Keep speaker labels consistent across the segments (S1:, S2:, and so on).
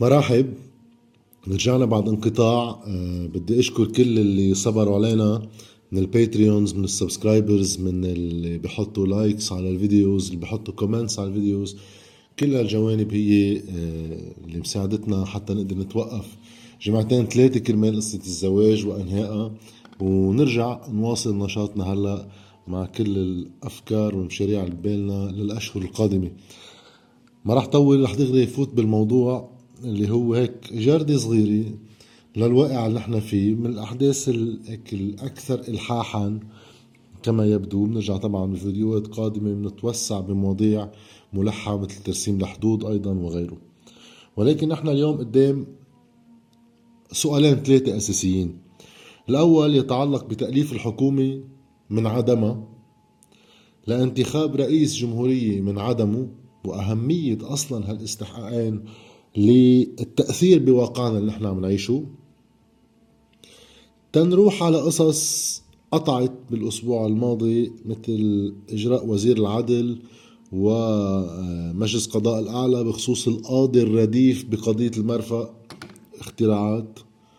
S1: مرحب. رجعنا بعد انقطاع. بدي اشكر كل اللي صبروا علينا من الباتريونز، من السبسكرايبرز، من اللي بيحطوا لايكس على الفيديوز، اللي بيحطوا كومنتس على الفيديوز. كل هالجوانب هي اللي مساعدتنا حتى نقدر نتوقف جمعتين ثلاثة كرمال قصة الزواج وانهائها، ونرجع نواصل نشاطنا هلا مع كل الافكار والمشاريع اللي ببالنا للاشهر القادمة. ما راح طول، راح دغري فوت بالموضوع اللي هو هيك جردة صغيرة للواقع اللي نحن فيه من الأحداث الأكثر إلحاحا كما يبدو. بنرجع طبعا بفيديوهات قادمة بنتوسع بمواضيع ملحة مثل ترسيم الحدود أيضا وغيره، ولكن نحن اليوم قدام سؤالين ثلاثة أساسيين. الأول يتعلق بتأليف الحكومة من عدمها لانتخاب رئيس جمهورية من عدمه، وأهمية أصلا هالاستحقاقين للتأثير بواقعنا اللي نحن عم نعيشه. تنروح على قصص قطعت بالأسبوع الماضي مثل إجراء وزير العدل ومجلس قضاء الأعلى بخصوص القاضي الرديف بقضية المرفأ اختراعات،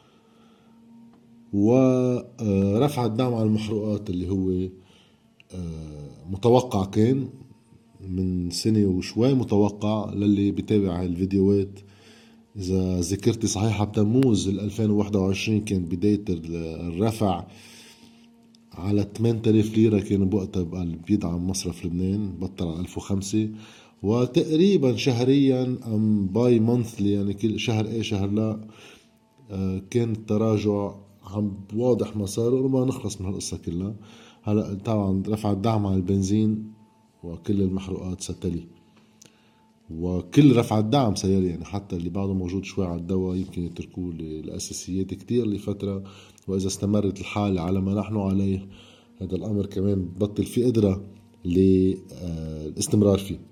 S1: ورفع الدعم على المحروقات اللي هو متوقع كان من سنة وشوي، متوقع للي بتابع الفيديوهات. إذا ذكرتي صحيحة بتموز 2021 كان بداية الرفع على 8000 ليرة، كان بوقتها بيدعم مصرف لبنان، بطل على 1005. وتقريبا شهريا أم باي مونثلي، يعني كل شهر شهر لا، كان التراجع عم واضح مساره. وما نخلص من هالقصة كلها. هلا طبعا رفع الدعم على البنزين وكل المحروقات ستلي، وكل رفع الدعم سيلي، يعني حتى اللي بعده موجود شوي على الدواء يمكن يتركوه الأساسيات كتير لفترة. وإذا استمرت الحالة على ما نحن عليه، هذا الأمر كمان بطل في قدرة للاستمرار فيه.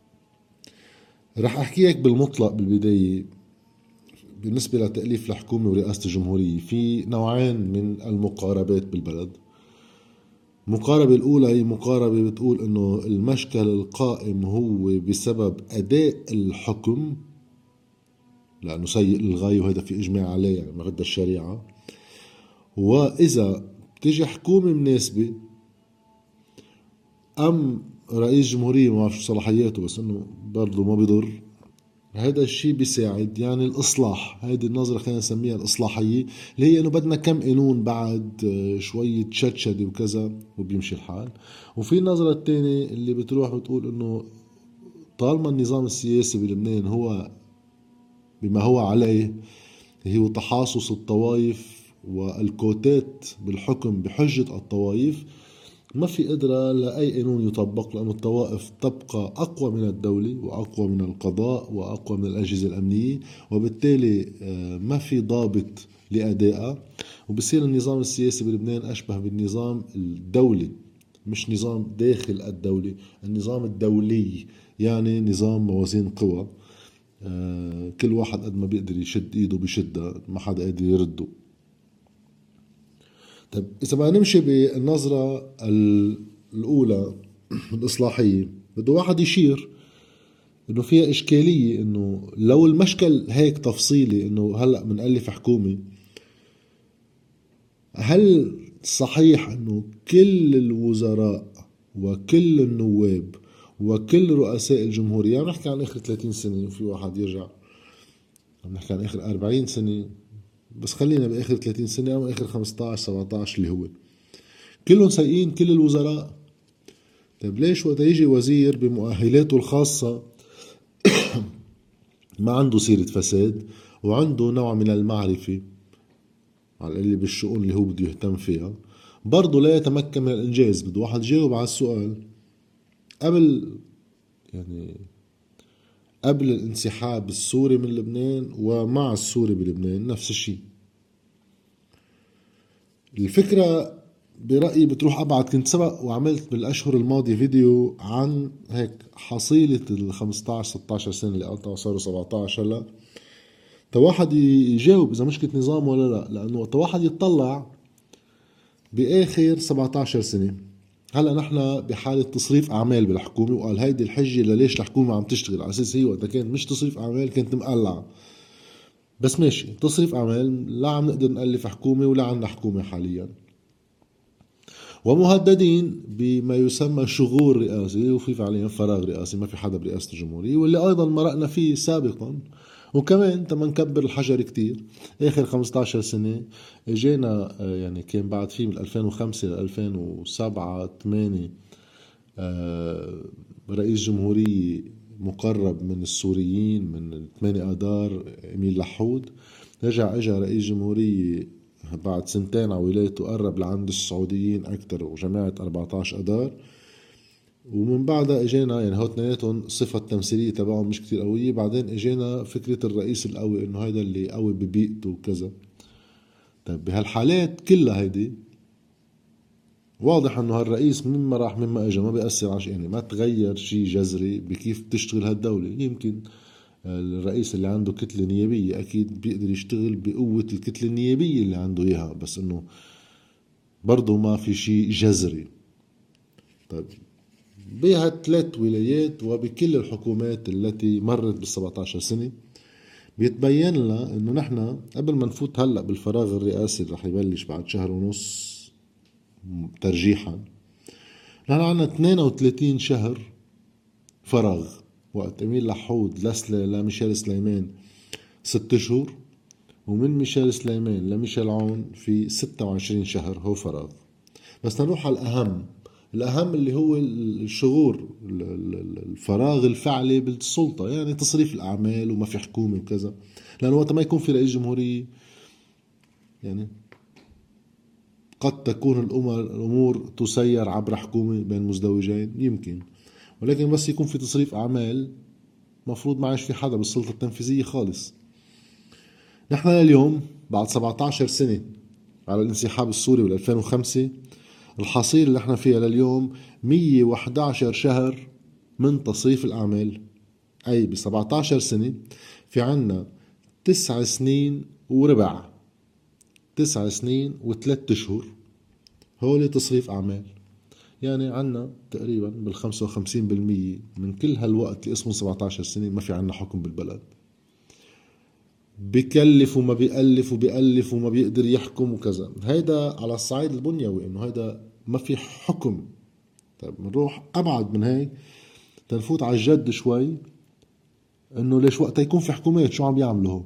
S1: رح أحكي لك بالمطلق بالبداية بالنسبة لتأليف الحكومة ورئاسة الجمهورية. في نوعين من المقاربات بالبلد. المقاربة الأولى هي مقاربة بتقول إنه المشكل القائم هو بسبب أداء الحكم لأنه سيء للغاية، وهذا في إجماع عليه يعني مغدى الشريعة. وإذا بتجي حكومة مناسبة أم رئيس جمهورية ما بعرف شو صلاحياته، بس إنه برضه ما بيضر، هذا الشيء بيساعد. يعني الإصلاح، هذه النظرة خلينا نسميها الإصلاحية، اللي هي إنه بدنا كم قانون بعد شوية شدشدة وكذا وبيمشي الحال. وفي النظرة الثانية اللي بتروح بتقول إنه طالما النظام السياسي بلبنان هو بما هو عليه، هو تحاصص الطوائف والكوتات بالحكم بحجة الطوائف، ما في قدرة لأي قانون يطبق، لأن الطوائف تبقى أقوى من الدولة وأقوى من القضاء وأقوى من الأجهزة الأمنية، وبالتالي ما في ضابط لأدائها. وبصير النظام السياسي بلبنان أشبه بالنظام الدولي، مش نظام داخل الدولة، النظام الدولي، يعني نظام موازين قوى. كل واحد قد ما بيقدر يشد ايده بشدها، ما حدا قادر يرده. طيب إذا ما نمشي بالنظرة الأولى الإصلاحية، بده واحد يشير إنه فيها إشكالية. إنه لو المشكل هيك تفصيلي، إنه هلأ منألف حكومة، هل صحيح إنه كل الوزراء وكل النواب وكل رؤساء الجمهورية، يعني نحكي عن آخر 30 سنة وفي واحد يرجع عم نحكي عن آخر 40 سنة، بس خلينا بآخر 30 سنة أو آخر 15 17 اللي هو كلهم سيئين كل الوزراء؟ طيب ليش وقت يجي وزير بمؤهلاته الخاصة ما عنده سيرة فساد وعنده نوع من المعرفة على اللي بالشؤون اللي هو بده يهتم فيها، برضه لا يتمكن من الإنجاز؟ بده واحد يجاوب على السؤال. قبل يعني قبل الانسحاب السوري من لبنان ومع السوري بلبنان نفس الشيء. الفكرة برأيي بتروح أبعد. كنت سبق وعملت بالأشهر الماضية فيديو عن هيك حصيلة ال 15 16 سنة اللي قطعوا صاروا 17 هلا، واحد يجاوب إذا مشكلة نظام ولا لا. لأنه واحد يتطلع بآخر 17 سنة، هلا نحن بحالة تصريف أعمال بالحكومة، وقال هيدي الحجة ليش الحكومة عم تشتغل، على أساس هي وقتها كانت مش تصريف أعمال كانت مقلعة. بس ماشي، تصريف أعمال، لا عم نقدر نألف حكومة ولا عنا حكومة حاليا، ومهددين بما يسمى شغور رئاسي، وفي فعليا فراغ رئاسي، ما في حدا برئاسة الجمهورية، واللي أيضا مرقنا فيه سابقا. وكمان تما نكبر الحجر كتير، آخر 15 سنة اجينا يعني كان بعد فيه من 2005 ل 2007 8 رئيس جمهورية مقرب من السوريين من 8 آذار إميل لحود. رجع اجا رئيس جمهورية بعد سنتين على ولايته، قرب لعند السعوديين أكتر، وجماعة 14 أذار. ومن بعدها اجينا يعني هو اثنيناتهم صفة التمثيلية تبعهم مش كتير قوية. بعدين اجينا فكرة الرئيس القوي، انه هيدا اللي قوي ببيئته وكذا. طيب بهالحالات كلها هيدي واضح انه هالرئيس مما راح مما اجى ما بيأثر على شيء، يعني ما تغير شيء جذري بكيف بتشتغل هالدولة. يمكن الرئيس اللي عنده كتلة نيابية أكيد بيقدر يشتغل بقوة الكتلة النيابية اللي عنده إياها، بس إنه برضه ما في شيء جذري. طيب بهالثلاث ولايات وبكل الحكومات التي مرت بال17 سنة بيتبين لنا إنه نحن قبل ما نفوت هلأ بالفراغ الرئاسي اللي رح يبلش بعد شهر ونص ترجيحا، نحن عنا 32 شهر فراغ. وقت أمين لحود لميشيل سليمان 6 شهور، ومن ميشيل سليمان لميشيل عون في 26 شهر هو فراغ. بس نروح على الأهم اللي هو الشغور، الفراغ الفعلي بالسلطة، يعني تصريف الأعمال وما في حكومة وكذا. لأنه وقت ما يكون في رئيس جمهورية يعني قد تكون الأمور تسير عبر حكومة بين مزدوجين يمكن، ولكن بس يكون في تصريف أعمال مفروض ما عايش في حدا بالسلطة التنفيذية خالص. نحن اليوم بعد 17 سنة على الانسحاب السوري بال 2005، الحصيلة اللي احنا فيها لليوم 111 شهر من تصريف الأعمال. أي ب 17 سنة في عنا 9 سنين وربع، 9 سنين و3 أشهر هو تصريف أعمال. يعني عنا تقريبا بال55% من كل هالوقت اللي اسمه 17 سنة ما في عنا حكم بالبلد. بكلف وما بيألف وبيألف وما بيقدر يحكم وكذا. هيدا على الصعيد البنيوي، انه هيدا ما في حكم. طيب بنروح ابعد من هيك تنفوت على الجد شوي، انه ليش وقت يكون في حكومات شو عم يعملوا؟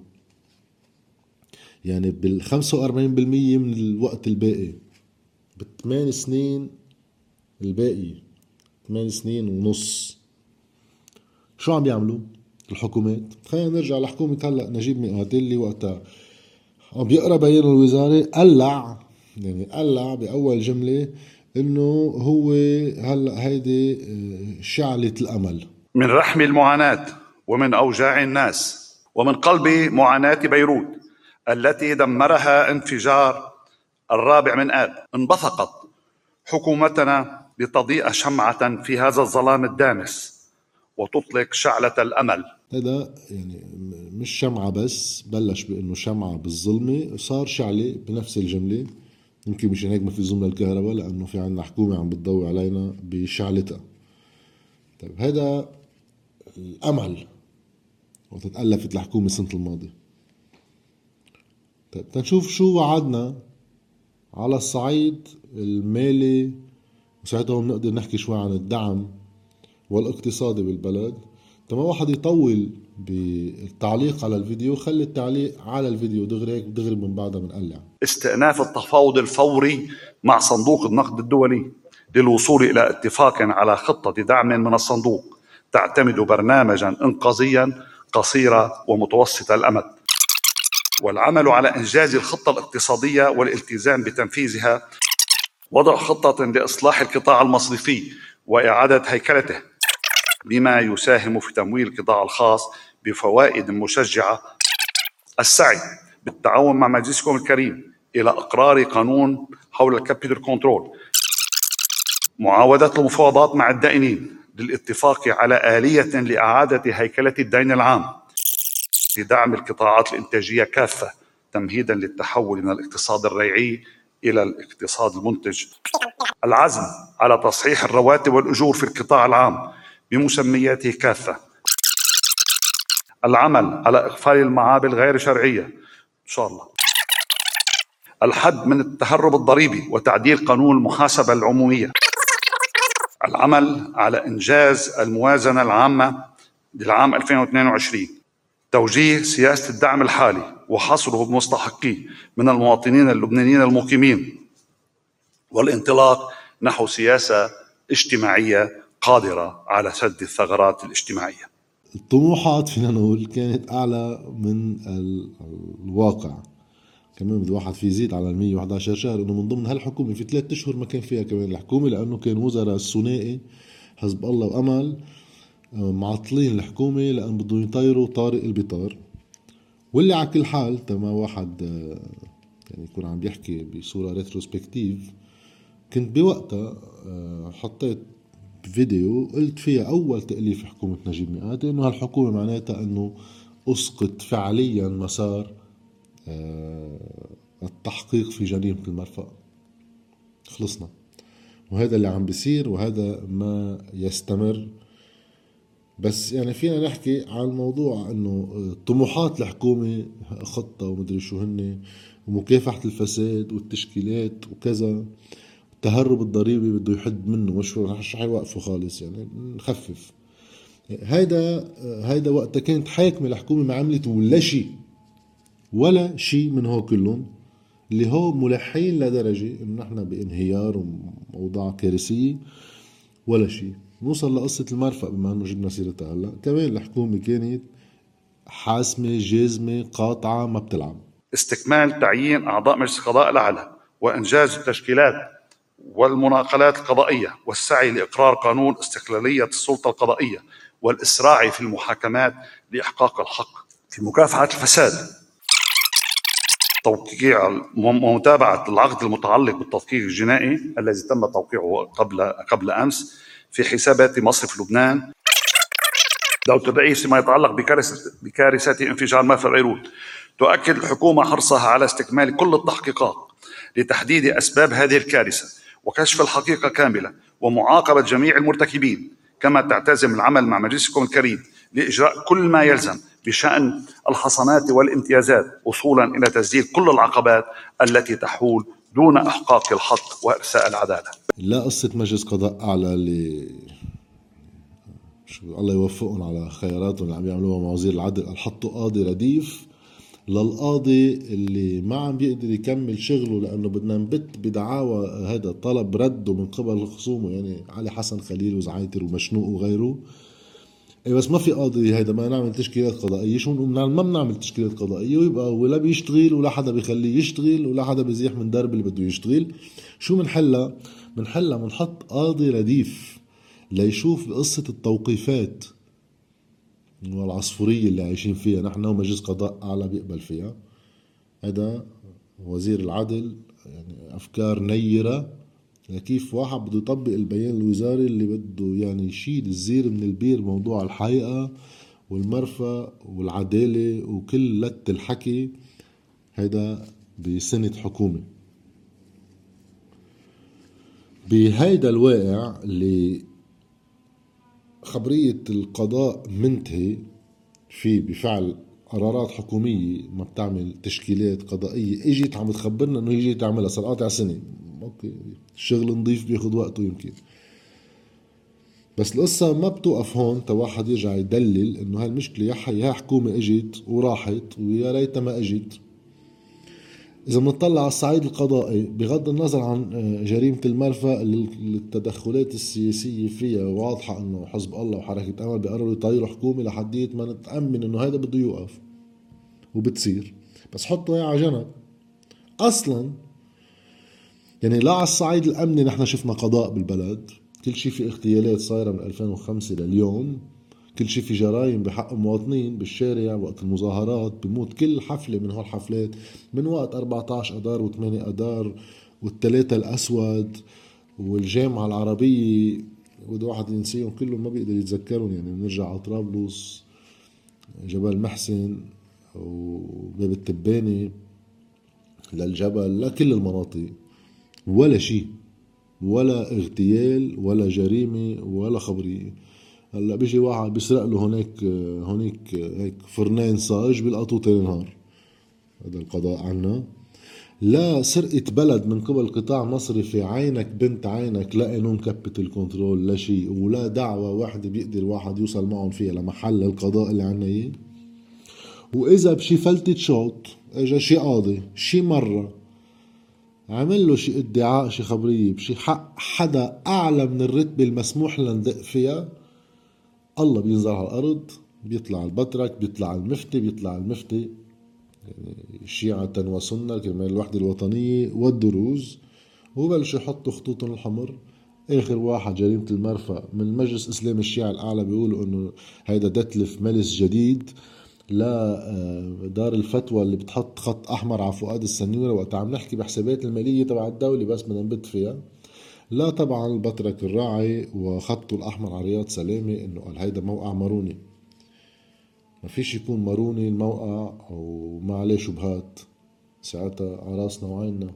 S1: يعني بال45% من الوقت الباقي، ب8 سنين الباقي 8 سنين ونص شو عم يعملوا الحكومات؟ خلينا نرجع لحكومة هلا نجيب مئات اللي وقتها عم بيقرا بيان الوزارة قلع بأول جملة إنه هو هلا هيدي شعلة الأمل.
S2: من رحم المعاناة ومن أوجاع الناس ومن قلب معاناة بيروت التي دمرها انفجار 4 آب، انبثقت حكومتنا لتضيء شمعة في هذا الظلام الدامس وتطلق شعلة الأمل.
S1: هذا يعني مش شمعة بس، بلش بأنه شمعة بالظلمة صار شعلة بنفس الجملة. يمكن مشان هيك ما في ظلم للكهرباء، لأنه في عنا حكومة عم بتضوي علينا بشعلتها. طيب هذا الأمل وقت تألفت الحكومة السنة الماضية. طيب تنشوف شو وعدنا على الصعيد المالي، وساعتها بنقدر نحكي شوي عن الدعم والاقتصادي بالبلد. تما واحد يطول بالتعليق على الفيديو، خلي التعليق على الفيديو دغري هيك دغري من بعدها بنقلع.
S2: استئناف التفاوض الفوري مع صندوق النقد الدولي للوصول إلى اتفاق على خطة دعم من الصندوق تعتمد برنامجا إنقاذيا قصير ومتوسط الأمد، والعمل على إنجاز الخطة الاقتصادية والالتزام بتنفيذها، وضع خطة لإصلاح القطاع المصرفي وإعادة هيكلته بما يساهم في تمويل القطاع الخاص بفوائد مشجعة، السعي بالتعاون مع مجلسكم الكريم إلى إقرار قانون حول الكابيتال كنترول، معاودة المفاوضات مع الدائنين للاتفاق على آلية لإعادة هيكلة الدين العام لدعم القطاعات الإنتاجية كافة تمهيدا للتحول من الاقتصاد الريعي إلى الاقتصاد المنتج، العزم على تصحيح الرواتب والأجور في القطاع العام بمسمياته كافة، العمل على إقفال المعابر غير شرعية إن شاء الله، الحد من التهرب الضريبي وتعديل قانون المحاسبة العمومية، العمل على إنجاز الموازنة العامة للعام 2022، توجيه سياسة الدعم الحالي وحصره بمستحقيه من المواطنين اللبنانيين المقيمين، والانطلاق نحو سياسة اجتماعية قادرة على سد الثغرات الاجتماعية.
S1: الطموحات فينا نقول كانت أعلى من الواقع. كمان بده واحد في يزيد على 111 شهر انه من ضمن هالحكومة في 3 اشهر ما كان فيها كمان الحكومة، لانه كان وزراء الثنائي حزب الله وامل معطلين الحكومة لان بدهم يطيروا طارق البطار. واللي على كل حال تما واحد يعني يكون عم بيحكي بصورة ريتروسبكتيف، كنت بوقتها حطيت فيديو قلت فيها اول تأليف حكومة نجيب مئات انه هالحكومة معناتها انه اسقط فعليا مسار التحقيق في جريمة المرفأ. خلصنا، وهذا اللي عم بيصير وهذا ما يستمر. بس يعني فينا نحكي عن الموضوع انه طموحات الحكومة خطة ومدري شو هن، ومكافحة الفساد والتشكيلات وكذا، التهرب الضريبي بده يحد منه، مش رح يوقفه خالص، يعني نخفف. هيدا وقتها كانت حاكمة الحكومة ما عملت ولا شيء من هو كلهم، اللي هو ملحين لدرجة انه نحن بانهيار وأوضاع كارثية ولا شيء. نوصل لقصة المرفأ بما انه جبنا سيرتها هلا، كمان الحكومة كانت حاسمة جازمة قاطعة ما بتلعب.
S2: استكمال تعيين أعضاء مجلس القضاء الأعلى وإنجاز التشكيلات والمناقلات القضائية، والسعي لإقرار قانون استقلالية السلطة القضائية، والإسراع في المحاكمات لإحقاق الحق. في مكافحة الفساد، توقيع ومتابعة العقد المتعلق بالتدقيق الجنائي الذي تم توقيعه قبل أمس في حسابات مصرف لبنان، لو تدعيس ما يتعلق بكارثة انفجار مرفأ بيروت. تؤكد الحكومة حرصها على استكمال كل التحقيقات لتحديد أسباب هذه الكارثة وكشف الحقيقة كاملة ومعاقبة جميع المرتكبين، كما تعتزم العمل مع مجلسكم الكريم لإجراء كل ما يلزم بشأن الحصانات والامتيازات وصولا إلى تسديد كل العقبات التي تحول دون إحقاق الحق وإرساء العدالة.
S1: لا قصة مجلس قضاء أعلى اللي الله يوفقهم على خياراتهم اللي عم يعملوها مع وزير العدل، حطوا قاضي رديف للقاضي اللي ما عم بيقدر يكمل شغله لأنه بدنا نبت بدعاوى هذا طلب رده من قبل خصومه، يعني علي حسن خليل وزعيتر ومشنوق وغيره. بس ما في قاضي هيدا، ما نعمل تشكيلات قضائية. شو نقول؟ ما بنعمل تشكيلات قضائية ويبقى ولا بيشتغل ولا حدا بيخليه يشتغل ولا حدا بيزيح من درب اللي بده يشتغل. شو منحلها منحط قاضي رديف ليشوف قصة التوقيفات والعصفورية اللي عايشين فيها نحن، ومجلس قضاء أعلى بيقبل فيها. هذا وزير العدل، يعني أفكار نيرة كيف واحد بده يطبق البيان الوزاري اللي بده يعني يشيل الزير من البير، موضوع الحقيقة والمرفأ والعدالة وكل لت الحكي. هيدا بسنة حكومة. بهيدا الواقع اللي خبرية القضاء منتهي فيه بفعل قرارات حكومية ما بتعمل تشكيلات قضائية، اجت عم تخبرنا انه يجي تعملها، صار قاطع سنة. اوكي، الشغل نضيف بياخد وقته يمكن، بس القصة ما بتوقف هون. واحد يرجع يدلل انه هالمشكلة يا حكومة اجت وراحت ويا ريتها ما اجت. إذا بنطلع على الصعيد القضائي بغض النظر عن جريمة المرفأ، التدخلات السياسية فيها واضحة إنه حزب الله وحركة أمل بيقرروا يطيروا حكومة لحدية ما نتأمن إنه هذا بده يوقف، وبتصير. بس حطوا على جنب أصلا. يعني لا على الصعيد الأمني نحن شفنا قضاء بالبلد، كل شيء في اغتيالات صايرة من 2005 لليوم، كل شيء في جرائم بحق مواطنين بالشارع وقت المظاهرات، بموت كل حفلة من هالحفلات من وقت 14 أدار و8 أدار والثلاثة الأسود والجامعة العربية، وده واحد ينسيهم كلهم ما بيقدر يتذكرهم. يعني بنرجع على طرابلس، جبل محسن وباب التباني للجبل، لا كل المناطق ولا شيء، ولا اغتيال ولا جريمة ولا خبرية. هلا بيجي واحد بيسرق له هونيك هيك فرنين صاج بيلقطوه تاني نهار. هذا القضاء عنا. لا سرقة بلد من قبل قطاع مصرفي عينك بنت عينك، لا قانون كابيتال كنترول لا شيء، ولا دعوة واحدة بيقدر واحد يوصل معهم فيها لمحل القضاء اللي عنا اياه. واذا بشي فلتة شوط اجا شي قاضي شي مرة عمل له شي ادعاء شي خبرية بشي حق حدا اعلى من الرتبة المسموح لنا ندق فيها، الله بينزل على الارض، بيطلع البطرك، بيطلع المفتي شيعة وسنة كمان الوحدة الوطنية والدروز، وبلشوا يحطوا خطوطهم الحمر. اخر واحد جريمة المرفأ من المجلس الاسلامي الشيعي الاعلى بيقولوا انه هيدا دتلف ملس جديد لا دار الفتوى اللي بتحط خط احمر على فؤاد السنيورة وقت عم نحكي بحسابات المالية تبع الدولة بس بدنا نبت فيها. لا طبعا البطرك الراعي وخطه الاحمر على رياض سلامة انه قال هيدا موقع ماروني، ما فيش يكون ماروني الموقع وما عليه شبهات، ساعتها على راسنا وعيننا.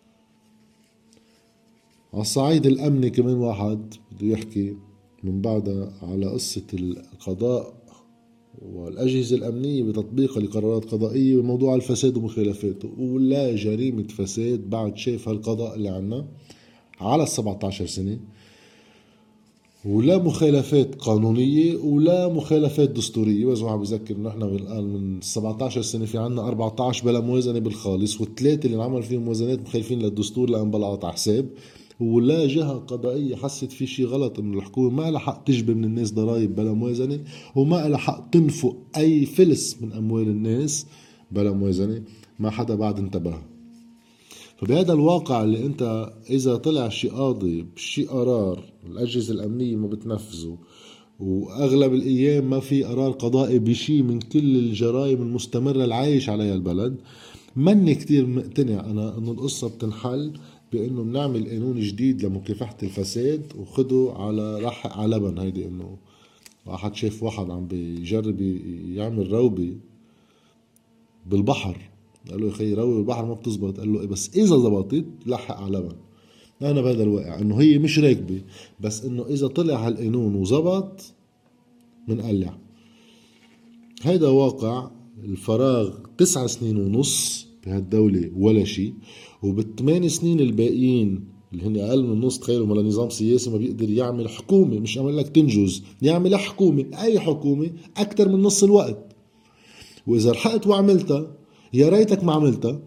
S1: على الصعيد الأمني كمان واحد بده يحكي من بعدها على قصة القضاء والأجهزة الأمنية بتطبيقها لقرارات قضائية وموضوع الفساد ومخالفاته. ولا جريمة فساد بعد شايف هالقضاء اللي عنا على 17 سنة، ولا مخالفات قانونية ولا مخالفات دستورية. وإذا عم بذكر إنه إحنا من 17 سنة في عنا 14 بلا موازنة بالخالص، والثلاثة اللي انعمل فيهم موازنات مخالفين للدستور لأن بلعت على حساب. ولا جهة قضائية حست في شيء غلط إنه الحكومة ما لها حق تجبر من الناس ضرائب بلا موازنة، وما لها حق تنفق أي فلس من أموال الناس بلا موازنة، ما حدا بعد انتبه. فبهذا الواقع اللي انت اذا طلع شي قاضي بشي قرار الاجهزة الامنية ما بتنفذه، واغلب الايام ما في قرار قضائي بشي من كل الجرائم المستمرة اللي عايش عليها البلد، ماني كتير مقتنع انا انه القصة بتنحل بانه بنعمل قانون جديد لمكافحة الفساد وخده على رح على لبن. هيدي انه واحد شاف واحد عم بيجرب يعمل روبة بالبحر، قال له يا خي روي بالبحر ما بتزبط، قال له إيه بس اذا زبطت لحق على لبن. انا بهذا الواقع انه هي مش راكبه، بس انه اذا طلع هالقانون وزبط منقلع. هيدا واقع الفراغ 9 سنين ونص بهالدولة ولا شيء، وبال8 سنين الباقيين اللي هن اقل من النص تخيلوا ما نظام سياسي ما بيقدر يعمل حكومة، مش اعمل لك تنجز، يعمل حكومة، اي حكومة اكتر من نص الوقت. واذا لحقت وعملتها يا ريتك ما عملتها،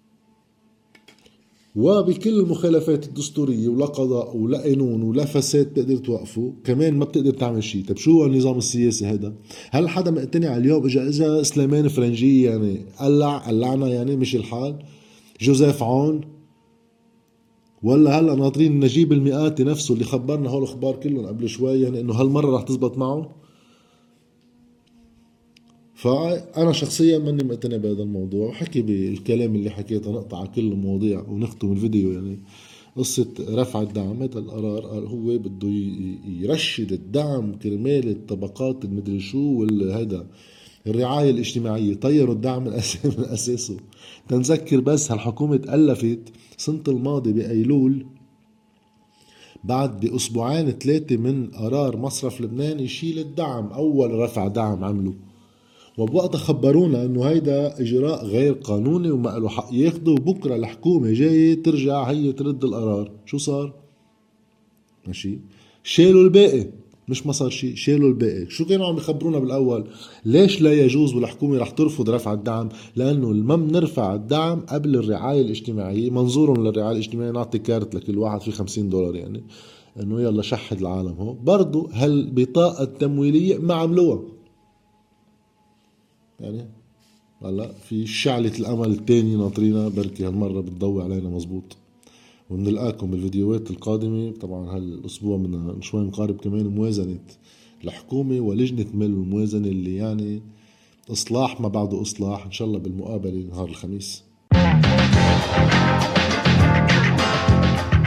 S1: وبكل المخالفات الدستورية ولا قضاء ولا قانون ولا فساد تقدر توقفه كمان ما بتقدر تعمل شيء. طيب شو هو النظام السياسي هذا؟ هل حدا مقتنع اليوم اجا سليمان فرنجية يعني قلعنا يعني مش الحال؟ جوزيف عون؟ ولا هلا ناطرين نجيب المئاتي نفسه اللي خبرنا هول الاخبار كلهم قبل شوي يعني انه هالمرة رح تزبط معه؟ فأنا شخصيا ماني مقتنع بهذا الموضوع، وحكي بالكلام اللي حكيته نقطع كل المواضيع ونختم الفيديو. يعني قصة رفع الدعم، هذا القرار هو بده يرشد الدعم كرمال الطبقات المدري شو والهيدا الرعاية الاجتماعية. طيروا الدعم من أساسه. تنذكر بس هالحكومة تألفت سنة الماضي بأيلول بعد بأسبوعين 3 من قرار مصرف لبنان يشيل الدعم، أول رفع دعم عمله، وبوقتها خبرونا انه هيدا اجراء غير قانوني وما له حق ياخده، وبكره الحكومه جايه ترجع هي ترد القرار. شو صار؟ ماشي شالوا الباقي، مش ما صار شيء، شالوا الباقي. شو كانوا عم يخبرونا بالاول؟ ليش لا يجوز والحكومه رح ترفض رفع الدعم؟ لانه ما بنرفع الدعم قبل الرعايه الاجتماعيه. منظورهم للرعايه الاجتماعيه نعطي كارت لكل واحد فيه $50 يعني انه يلا شحد العالم. هو برضو هالبطاقه التمويليه ما عملوها. يعني هلا في شعلة الأمل التاني ناطرينا، بركي هالمرة بتضوي علينا مزبوط. وبنلقاكم بالفيديوهات القادمة. طبعا هالأسبوع بدنا شوي نقارب كمان موازنة الحكومة ولجنة مال الموازنة اللي يعني إصلاح ما بعده إصلاح، إن شاء الله بالمقابلة نهار الخميس.